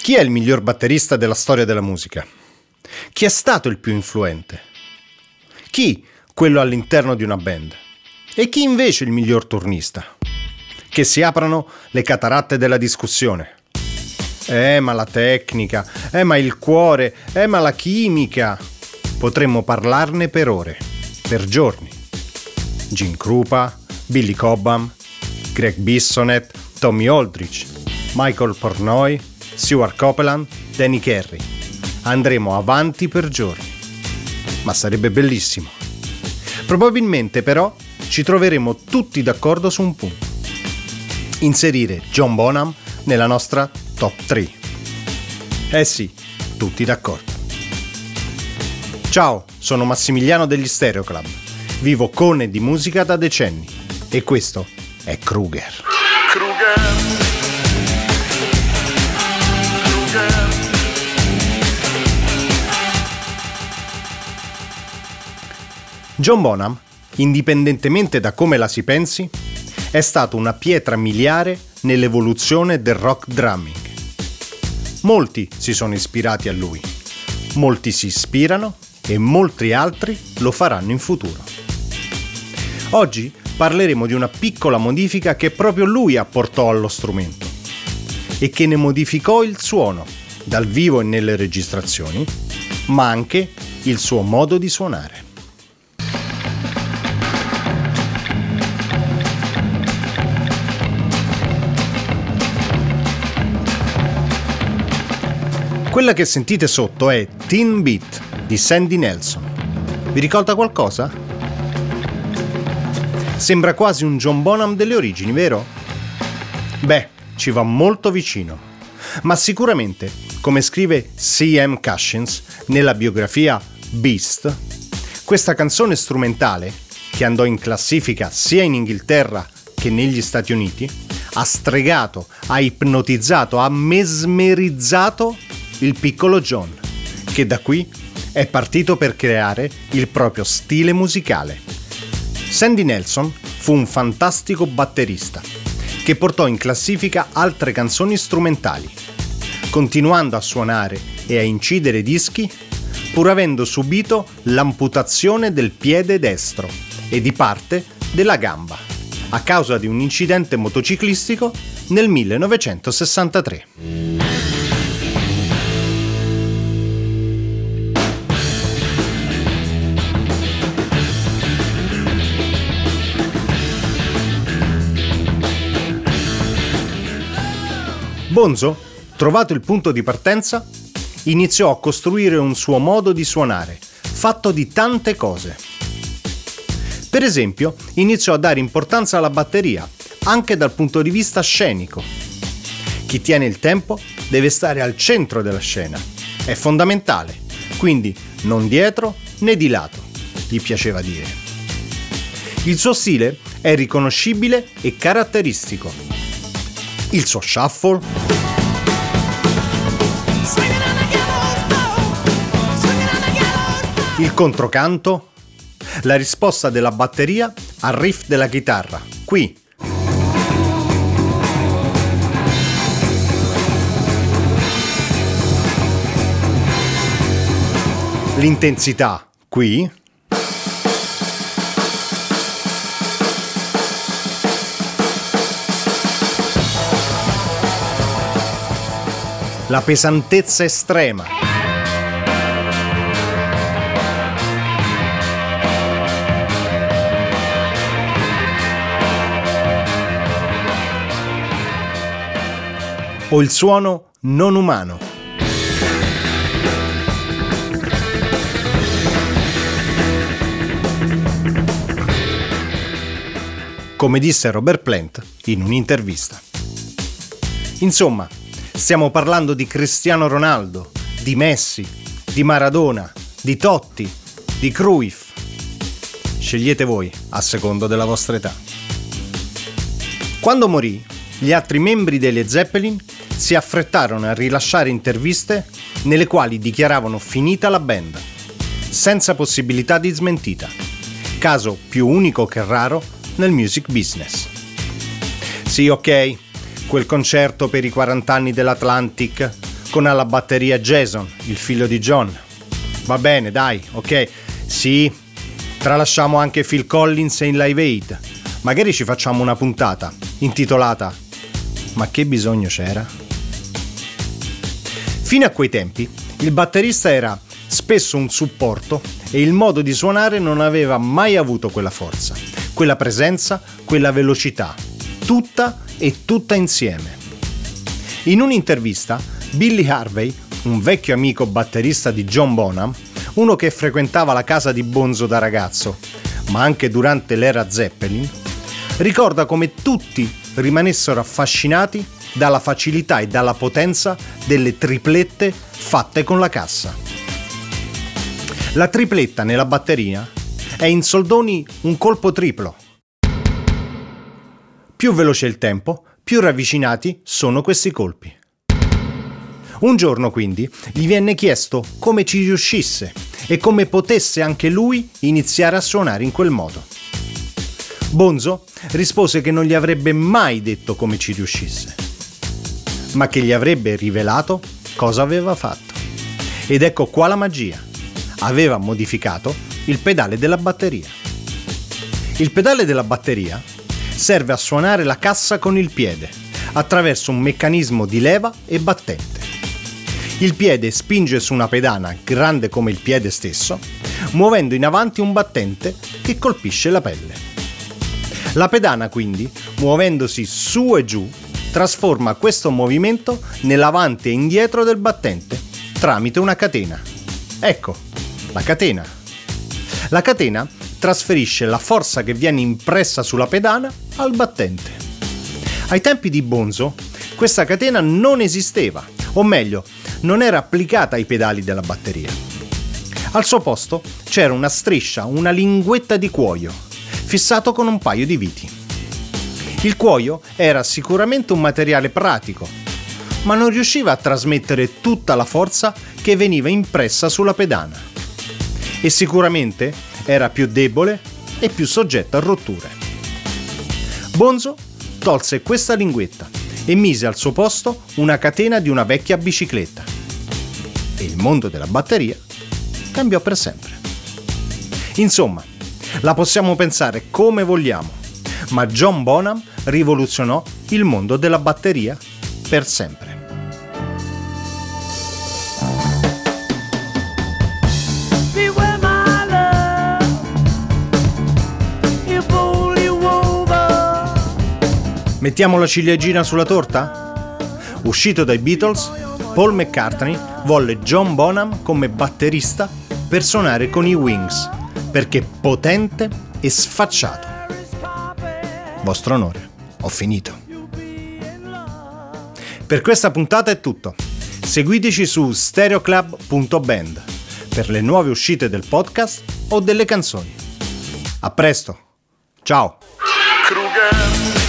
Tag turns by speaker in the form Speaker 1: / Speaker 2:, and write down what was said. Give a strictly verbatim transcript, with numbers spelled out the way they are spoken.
Speaker 1: Chi è il miglior batterista della storia della musica? Chi è stato il più influente? Chi quello all'interno di una band? E chi invece il miglior turnista? Che si aprano le cataratte della discussione. Eh, ma la tecnica, eh, ma il cuore, eh, ma la chimica. Potremmo parlarne per ore, per giorni. Gene Krupa, Billy Cobham, Greg Bissonette, Tommy Aldridge, Michael Portnoy, Stewart Copeland, Danny Carey. Andremo avanti per giorni. Ma sarebbe bellissimo. Probabilmente però ci troveremo tutti d'accordo su un punto. Inserire John Bonham nella nostra top tre. Eh sì, tutti d'accordo. Ciao, sono Massimiliano degli Stereo Club. Vivo con e di musica da decenni. E questo è Kruger.
Speaker 2: Kruger.
Speaker 1: John Bonham, indipendentemente da come la si pensi, è stato una pietra miliare nell'evoluzione del rock drumming. Molti si sono ispirati a lui, molti si ispirano e molti altri lo faranno in futuro. Oggi parleremo di una piccola modifica che proprio lui apportò allo strumento e che ne modificò il suono, dal vivo e nelle registrazioni, ma anche il suo modo di suonare. Quella che sentite sotto è Teen Beat di Sandy Nelson. Vi ricorda qualcosa? Sembra quasi un John Bonham delle origini, vero? Beh, ci va molto vicino. Ma sicuramente, come scrive C M Cashins nella biografia Beast, questa canzone strumentale, che andò in classifica sia in Inghilterra che negli Stati Uniti, ha stregato, ha ipnotizzato, ha mesmerizzato il piccolo John, che da qui è partito per creare il proprio stile musicale. Sandy Nelson fu un fantastico batterista che portò in classifica altre canzoni strumentali, continuando a suonare e a incidere dischi pur avendo subito l'amputazione del piede destro e di parte della gamba a causa di un incidente motociclistico nel millenovecentosessantatré. Bonzo, trovato il punto di partenza, iniziò a costruire un suo modo di suonare, fatto di tante cose. Per esempio, iniziò a dare importanza alla batteria, anche dal punto di vista scenico. Chi tiene il tempo deve stare al centro della scena. È fondamentale, quindi non dietro né di lato, gli piaceva dire. Il suo stile è riconoscibile e caratteristico. Il suo shuffle, il controcanto, la risposta della batteria al riff della chitarra, qui. L'intensità, qui. La pesantezza estrema. O il suono non umano. Come disse Robert Plant in un'intervista. Insomma, stiamo parlando di Cristiano Ronaldo, di Messi, di Maradona, di Totti, di Cruyff. Scegliete voi, a secondo della vostra età. Quando morì, gli altri membri dei Led Zeppelin si affrettarono a rilasciare interviste nelle quali dichiaravano finita la band, senza possibilità di smentita, caso più unico che raro nel music business. Sì, ok, quel concerto per i quaranta anni dell'Atlantic con alla batteria Jason, il figlio di John. Va bene, dai, ok. Sì, tralasciamo anche Phil Collins in Live Aid. Magari ci facciamo una puntata intitolata "Ma che bisogno c'era?". Fino a quei tempi, il batterista era spesso un supporto e il modo di suonare non aveva mai avuto quella forza, quella presenza, quella velocità, tutta e tutta insieme. In un'intervista, Billy Harvey, un vecchio amico batterista di John Bonham, uno che frequentava la casa di Bonzo da ragazzo, ma anche durante l'era Zeppelin, ricorda come tutti rimanessero affascinati dalla facilità e dalla potenza delle triplette fatte con la cassa. La tripletta nella batteria è in soldoni un colpo triplo. Più veloce il tempo, più ravvicinati sono questi colpi. Un giorno quindi gli venne chiesto come ci riuscisse e come potesse anche lui iniziare a suonare in quel modo. Bonzo rispose che non gli avrebbe mai detto come ci riuscisse, ma che gli avrebbe rivelato cosa aveva fatto. Ed ecco qua la magia. Aveva modificato il pedale della batteria. Il pedale della batteria serve a suonare la cassa con il piede, attraverso un meccanismo di leva e battente. Il piede spinge su una pedana grande come il piede stesso, muovendo in avanti un battente che colpisce la pelle. La pedana quindi, muovendosi su e giù, trasforma questo movimento nell'avanti e indietro del battente tramite una catena. Ecco, la catena. La catena trasferisce la forza che viene impressa sulla pedana al battente. Ai tempi di Bonzo, questa catena non esisteva, o meglio, non era applicata ai pedali della batteria. Al suo posto c'era una striscia, una linguetta di cuoio, fissato con un paio di viti. Il cuoio era sicuramente un materiale pratico, ma non riusciva a trasmettere tutta la forza che veniva impressa sulla pedana. E sicuramente era più debole e più soggetto a rotture. Bonzo tolse questa linguetta e mise al suo posto una catena di una vecchia bicicletta. E il mondo della batteria cambiò per sempre. Insomma, la possiamo pensare come vogliamo, ma John Bonham rivoluzionò il mondo della batteria per sempre. Mettiamo la ciliegina sulla torta? Uscito dai Beatles, Paul McCartney volle John Bonham come batterista per suonare con i Wings, perché potente e sfacciato. Vostro onore, ho finito. Per questa puntata è tutto. Seguiteci su stereoclub punto band per le nuove uscite del podcast o delle canzoni. A presto. Ciao. Kruger.